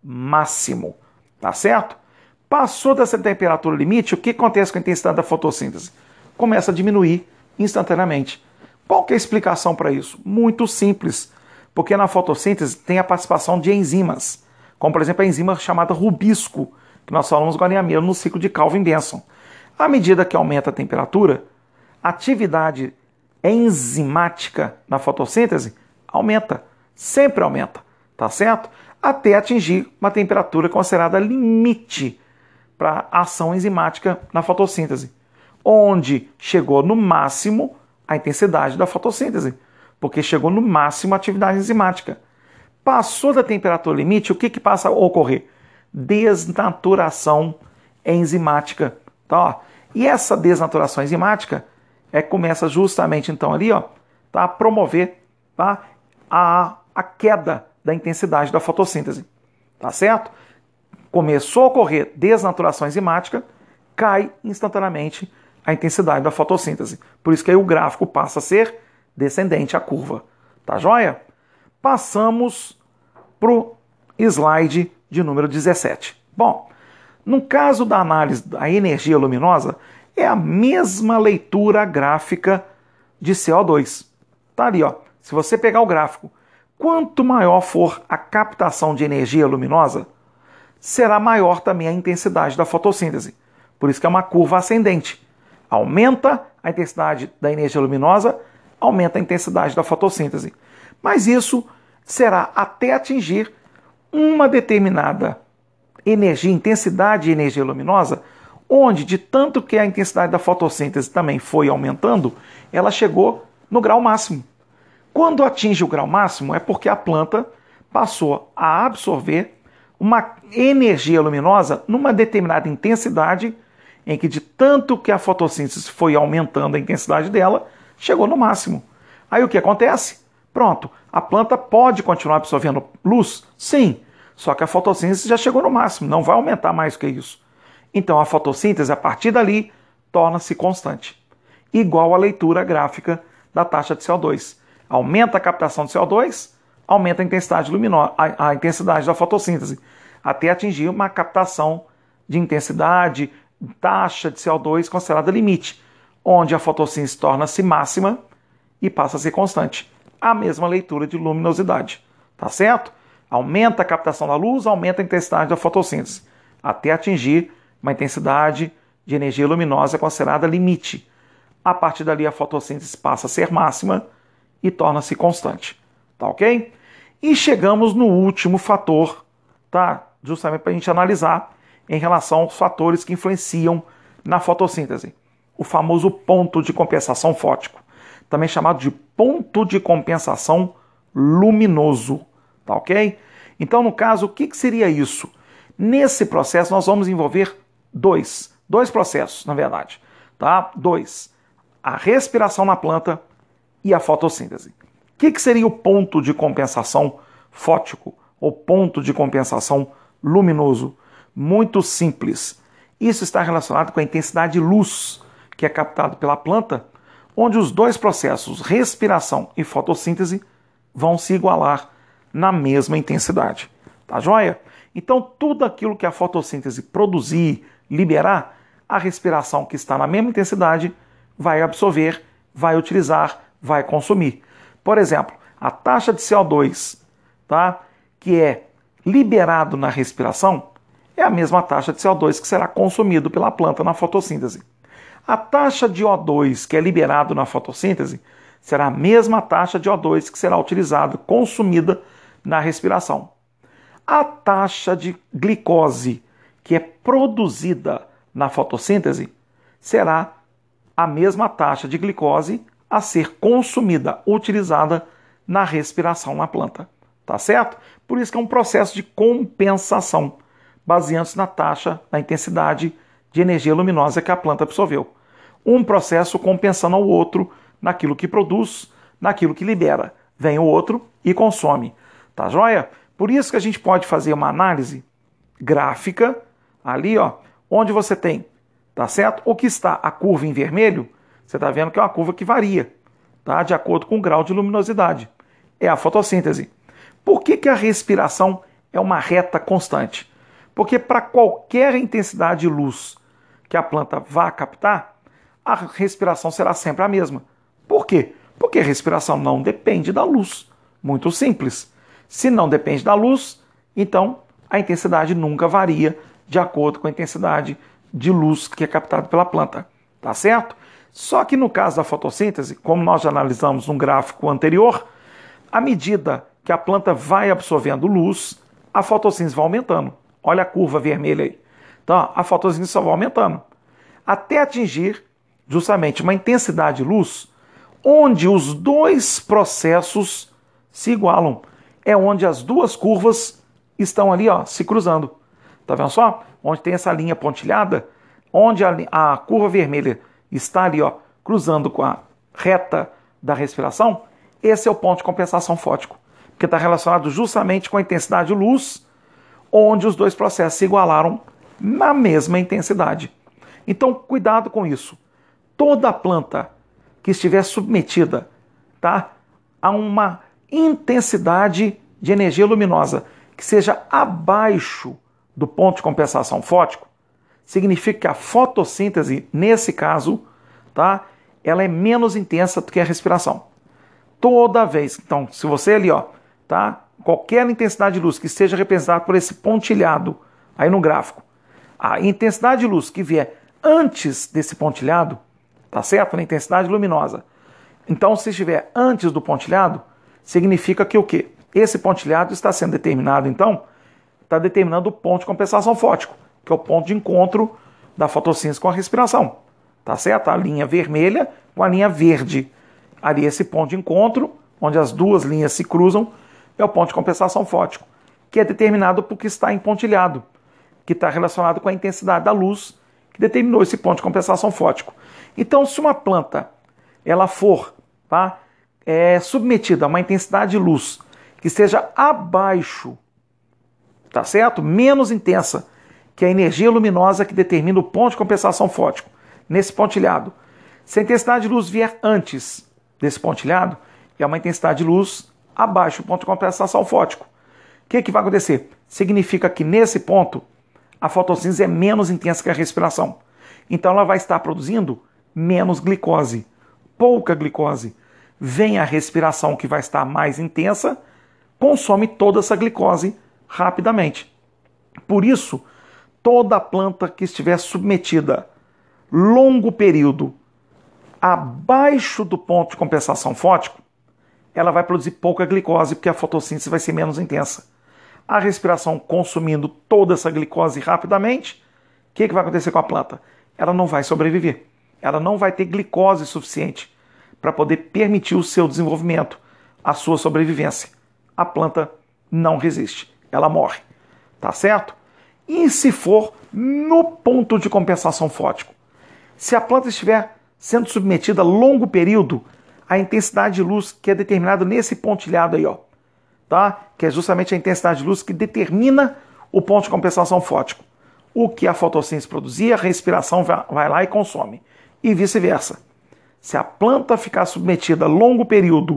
[SPEAKER 1] máximo, tá certo? Passou dessa temperatura limite, o que acontece com a intensidade da fotossíntese? Começa a diminuir instantaneamente. Qual que é a explicação para isso? Muito simples, porque na fotossíntese tem a participação de enzimas, como por exemplo a enzima chamada rubisco, que nós falamos agora mesmo no ciclo de Calvin-Benson. À medida que aumenta a temperatura, a atividade enzimática na fotossíntese aumenta, sempre aumenta, tá certo? até atingir uma temperatura considerada limite para a ação enzimática na fotossíntese, onde chegou no máximo a intensidade da fotossíntese, porque chegou no máximo a atividade enzimática. Passou da temperatura limite, o que, que passa a ocorrer? Desnaturação enzimática. Tá, ó. E essa desnaturação enzimática é, começa justamente então ali, ó, tá, a promover, tá, a, a queda da intensidade da fotossíntese. Tá certo? Começou a ocorrer desnaturação enzimática, cai instantaneamente a intensidade da fotossíntese. Por isso que aí o gráfico passa a ser descendente, a curva. Tá joia? Passamos para o slide de número dezessete. Bom, no caso da análise da energia luminosa, é a mesma leitura gráfica de C O dois. Tá ali, ó. Se você pegar o gráfico, quanto maior for a captação de energia luminosa, será maior também a intensidade da fotossíntese. Por isso que é uma curva ascendente. Aumenta a intensidade da energia luminosa, aumenta a intensidade da fotossíntese. Mas isso será até atingir uma determinada energia, intensidade de energia luminosa, onde, de tanto que a intensidade da fotossíntese também foi aumentando, ela chegou no grau máximo. Quando atinge o grau máximo, é porque a planta passou a absorver uma energia luminosa numa determinada intensidade, em que de tanto que a fotossíntese foi aumentando a intensidade dela, chegou no máximo. Aí o que acontece? Pronto, a planta pode continuar absorvendo luz? Sim, só que a fotossíntese já chegou no máximo, não vai aumentar mais do que isso. Então a fotossíntese, a partir dali, torna-se constante, igual à leitura gráfica da taxa de C O dois. Aumenta a captação de C O dois, aumenta a intensidade luminosa, a, a intensidade da fotossíntese, até atingir uma captação de intensidade, taxa de C O dois considerada limite, onde a fotossíntese torna-se máxima e passa a ser constante. A mesma leitura de luminosidade, tá certo? Aumenta a captação da luz, aumenta a intensidade da fotossíntese, até atingir uma intensidade de energia luminosa considerada limite. A partir dali a fotossíntese passa a ser máxima e torna-se constante, tá ok? E chegamos no último fator, tá? Justamente para a gente analisar em relação aos fatores que influenciam na fotossíntese. O famoso ponto de compensação fótico, também chamado de ponto de compensação luminoso, tá ok? Então, no caso, o que, que seria isso? Nesse processo, nós vamos envolver dois, dois processos, na verdade, tá? Dois, a respiração na planta e a fotossíntese. O que, que seria o ponto de compensação fótico, ou ponto de compensação luminoso? Muito simples. Isso está relacionado com a intensidade de luz que é captada pela planta, onde os dois processos, respiração e fotossíntese, vão se igualar na mesma intensidade. Tá joia? Então, tudo aquilo que a fotossíntese produzir, liberar, a respiração, que está na mesma intensidade, vai absorver, vai utilizar, vai consumir. Por exemplo, a taxa de C O dois, tá, que é liberado na respiração, é a mesma taxa de C O dois que será consumido pela planta na fotossíntese. A taxa de O dois que é liberado na fotossíntese será a mesma taxa de O dois que será utilizada, consumida na respiração. A taxa de glicose que é produzida na fotossíntese será a mesma taxa de glicose a ser consumida, utilizada na respiração na planta. Tá certo? Por isso que é um processo de compensação, baseando-se na taxa, na intensidade de energia luminosa que a planta absorveu. Um processo compensando ao outro naquilo que produz, naquilo que libera. Vem o outro e consome. Tá joia? Por isso que a gente pode fazer uma análise gráfica ali, ó, onde você tem, tá certo? O que está a curva em vermelho, você está vendo que é uma curva que varia, tá? De acordo com o grau de luminosidade. É a fotossíntese. Por que que a respiração é uma reta constante? Porque para qualquer intensidade de luz que a planta vá captar, a respiração será sempre a mesma. Por quê? Porque a respiração não depende da luz. Muito simples. Se não depende da luz, então a intensidade nunca varia de acordo com a intensidade de luz que é captada pela planta. Tá certo? Só que no caso da fotossíntese, como nós já analisamos no gráfico anterior, à medida que a planta vai absorvendo luz, a fotossíntese vai aumentando. Olha a curva vermelha aí. Então, a fotossíntese só vai aumentando. Até atingir justamente uma intensidade de luz onde os dois processos se igualam. É onde as duas curvas estão ali, ó, se cruzando. Tá vendo só? Onde tem essa linha pontilhada, onde a, a curva vermelha está ali, ó, cruzando com a reta da respiração, esse é o ponto de compensação fótico, porque está relacionado justamente com a intensidade de luz, onde os dois processos se igualaram na mesma intensidade. Então, cuidado com isso. Toda planta que estiver submetida, tá, a uma intensidade de energia luminosa que seja abaixo do ponto de compensação fótico, significa que a fotossíntese, nesse caso, tá, ela é menos intensa do que a respiração. Toda vez, então, se você ali, ó, tá, qualquer intensidade de luz que seja representada por esse pontilhado aí no gráfico, a intensidade de luz que vier antes desse pontilhado, tá certo? Na intensidade luminosa. Então, se estiver antes do pontilhado, significa que o quê? Esse pontilhado está sendo determinado, então, está determinando o ponto de compensação fótico, que é o ponto de encontro da fotossíntese com a respiração. Tá certo? A linha vermelha com a linha verde. Ali esse ponto de encontro, onde as duas linhas se cruzam, é o ponto de compensação fótico, que é determinado porque está empontilhado, que está relacionado com a intensidade da luz, que determinou esse ponto de compensação fótico. Então, se uma planta ela for, tá, é, submetida a uma intensidade de luz que esteja abaixo, tá certo? Menos intensa que a energia luminosa que determina o ponto de compensação fótico, nesse pontilhado. Se a intensidade de luz vier antes desse pontilhado, é uma intensidade de luz abaixo do ponto de compensação fótico. O que, que vai acontecer? Significa que nesse ponto a fotossíntese é menos intensa que a respiração. Então ela vai estar produzindo menos glicose, pouca glicose. Vem a respiração que vai estar mais intensa, consome toda essa glicose rapidamente. Por isso, toda planta que estiver submetida longo período abaixo do ponto de compensação fótico, ela vai produzir pouca glicose, porque a fotossíntese vai ser menos intensa. A respiração consumindo toda essa glicose rapidamente, o que, que vai acontecer com a planta? Ela não vai sobreviver. Ela não vai ter glicose suficiente para poder permitir o seu desenvolvimento, a sua sobrevivência. A planta não resiste, ela morre. Tá certo? E se for no ponto de compensação fótico? Se a planta estiver sendo submetida a longo período à intensidade de luz que é determinada nesse pontilhado aí, ó, tá? Que é justamente a intensidade de luz que determina o ponto de compensação fótico. O que a fotossíntese produzia, a respiração vai lá e consome. E vice-versa. Se a planta ficar submetida a longo período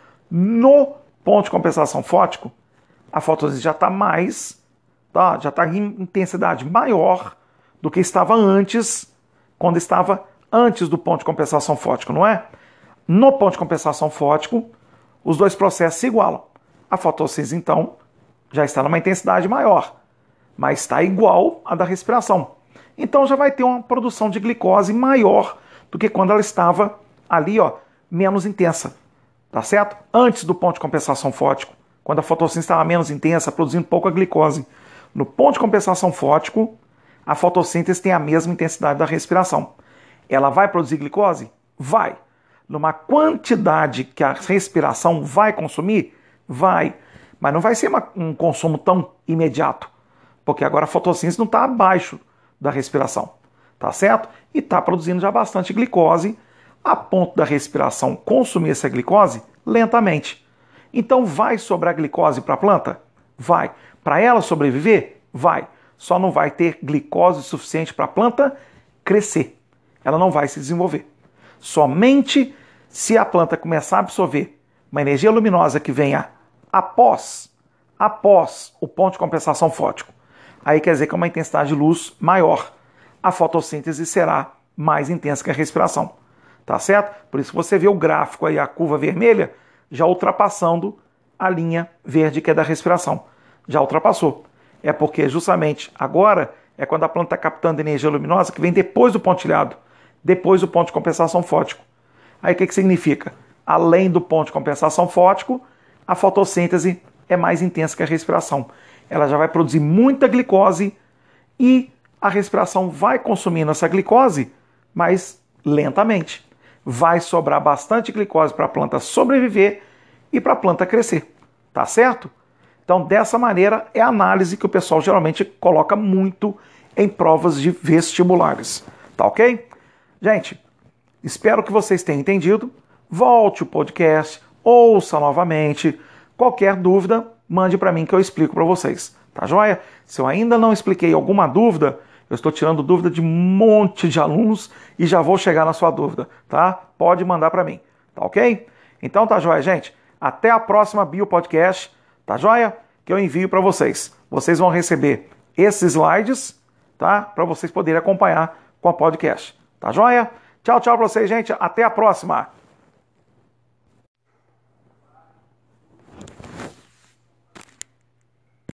[SPEAKER 1] no ponto de compensação fótico, a fotossíntese já está mais, tá? Já está em intensidade maior do que estava antes, quando estava antes do ponto de compensação fótico, não é? No ponto de compensação fótico, os dois processos se igualam. A fotossíntese, então, já está numa intensidade maior, mas está igual à da respiração. Então já vai ter uma produção de glicose maior do que quando ela estava ali, ó, menos intensa. Tá certo? Antes do ponto de compensação fótico, quando a fotossíntese estava menos intensa, produzindo pouca glicose. No ponto de compensação fótico, a fotossíntese tem a mesma intensidade da respiração. Ela vai produzir glicose? Vai. Numa quantidade que a respiração vai consumir? Vai. Mas não vai ser uma, um consumo tão imediato, porque agora a fotossíntese não está abaixo da respiração. Tá certo? E está produzindo já bastante glicose, a ponto da respiração consumir essa glicose lentamente. Então vai sobrar glicose para a planta? Vai. Para ela sobreviver? Vai. Só não vai ter glicose suficiente para a planta crescer. Ela não vai se desenvolver. Somente se a planta começar a absorver uma energia luminosa que venha após, após o ponto de compensação fótico, aí quer dizer que é uma intensidade de luz maior. A fotossíntese será mais intensa que a respiração. Tá certo? Por isso você vê o gráfico aí, a curva vermelha, já ultrapassando a linha verde que é da respiração. Já ultrapassou. É porque justamente agora é quando a planta está captando energia luminosa que vem depois do pontilhado, depois do ponto de compensação fótico. Aí o que, que significa? Além do ponto de compensação fótico, a fotossíntese é mais intensa que a respiração. ela já vai produzir muita glicose e a respiração vai consumindo essa glicose, mas lentamente. Vai sobrar bastante glicose para a planta sobreviver e para a planta crescer, tá certo? Então, dessa maneira, é a análise que o pessoal geralmente coloca muito em provas de vestibulares, tá ok? Gente, espero que vocês tenham entendido. Volte o podcast, ouça novamente. Qualquer dúvida, mande para mim que eu explico para vocês, tá joia? Se eu ainda não expliquei alguma dúvida, eu estou tirando dúvida de um monte de alunos e já vou chegar na sua dúvida, tá? Pode mandar para mim, tá ok? Então tá joia, gente. Até a próxima Bio Podcast, tá joia? Que eu envio para vocês. Vocês vão receber esses slides, tá? Para vocês poderem acompanhar com a podcast, tá joia? Tchau, tchau para vocês, gente. Até a próxima.